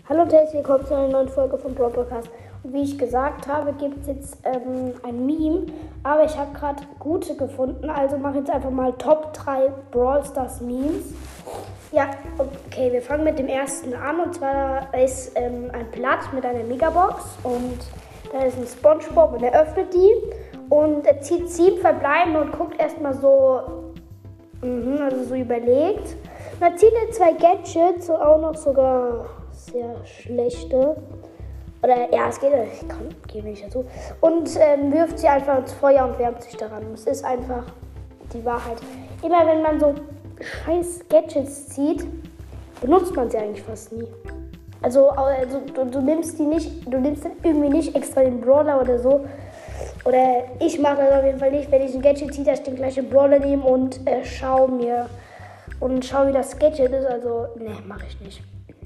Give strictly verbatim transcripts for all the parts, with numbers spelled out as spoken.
Hallo und herzlich willkommen zu einer neuen Folge vom Brawl Podcast. Und wie ich gesagt habe, gibt es jetzt ähm, ein Meme, aber ich habe gerade gute gefunden, also mache jetzt einfach mal Top drei Brawl Stars Memes. Ja, okay, wir fangen mit dem ersten an, und zwar ist ähm, ein Blatt mit einer Megabox und da ist ein SpongeBob und er öffnet die und er zieht sieben verbleibende und guckt erstmal so, mh, also so überlegt. Und dann zieht er zwei Gadgets, und auch noch sogar sehr schlechte. Oder ja, es geht, ich kann, gehe nicht dazu. Und ähm, wirft sie einfach ins Feuer und wärmt sich daran. Es ist einfach die Wahrheit. Immer wenn man so scheiß Gadgets zieht, benutzt man sie eigentlich fast nie. Also, also du, du nimmst die nicht, du nimmst dann irgendwie nicht extra den Brawler oder so. Oder ich mache das auf jeden Fall nicht, wenn ich ein Gadget ziehe, dass ich den gleichen Brawler nehme und äh, schau mir und schau, wie das Gadget ist. Also, ne, mache ich nicht.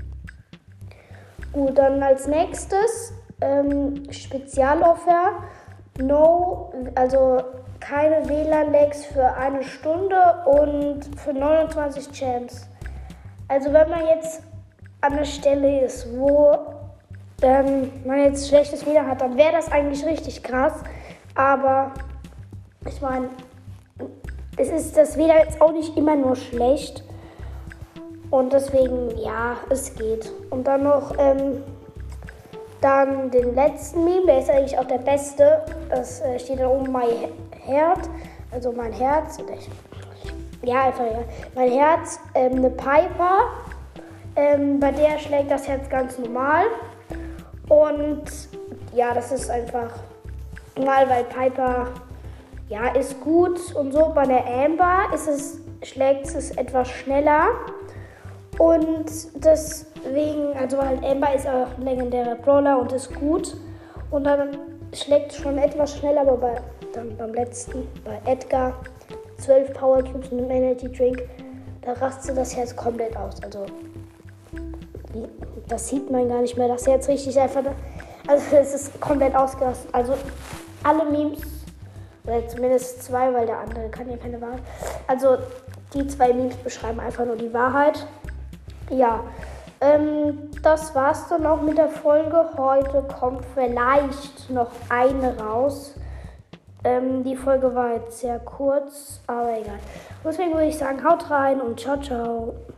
Gut, dann als nächstes ähm, Spezialoffer. No, also keine W L A N-Lags für eine Stunde und für neunundzwanzig Gems. Also wenn man jetzt an der Stelle ist, wo ähm, man jetzt schlechtes W L A N hat, dann wäre das eigentlich richtig krass. Aber ich meine, es ist das W L A N jetzt auch nicht immer nur schlecht. Und deswegen, ja, es geht. Und dann noch ähm, dann den letzten Meme, der ist eigentlich auch der beste. Das äh, steht da oben, my heart, also mein Herz. Oder ich, ja, einfach, ja. Mein Herz, ähm, eine Piper. Ähm, bei der schlägt das Herz ganz normal. Und ja, das ist einfach normal, weil Piper, ja, ist gut. Und so bei der Amber ist es, schlägt es etwas schneller. Und deswegen, also halt Amber ist auch ein legendärer Brawler und ist gut. Und dann schlägt es schon etwas schneller, aber bei, dann beim letzten, bei Edgar, zwölf Power Cubes und einem Energy Drink, da rastet das Herz komplett aus. Also, das sieht man gar nicht mehr, das Herz richtig einfach, also es ist komplett ausgerastet. Also, alle Memes, oder zumindest zwei, weil der andere kann ja keine Wahrheit. Also, die zwei Memes beschreiben einfach nur die Wahrheit. Ja, ähm, das war's dann auch mit der Folge. Heute kommt vielleicht noch eine raus. Ähm, die Folge war jetzt sehr kurz, aber egal. Deswegen würde ich sagen, haut rein und ciao, ciao.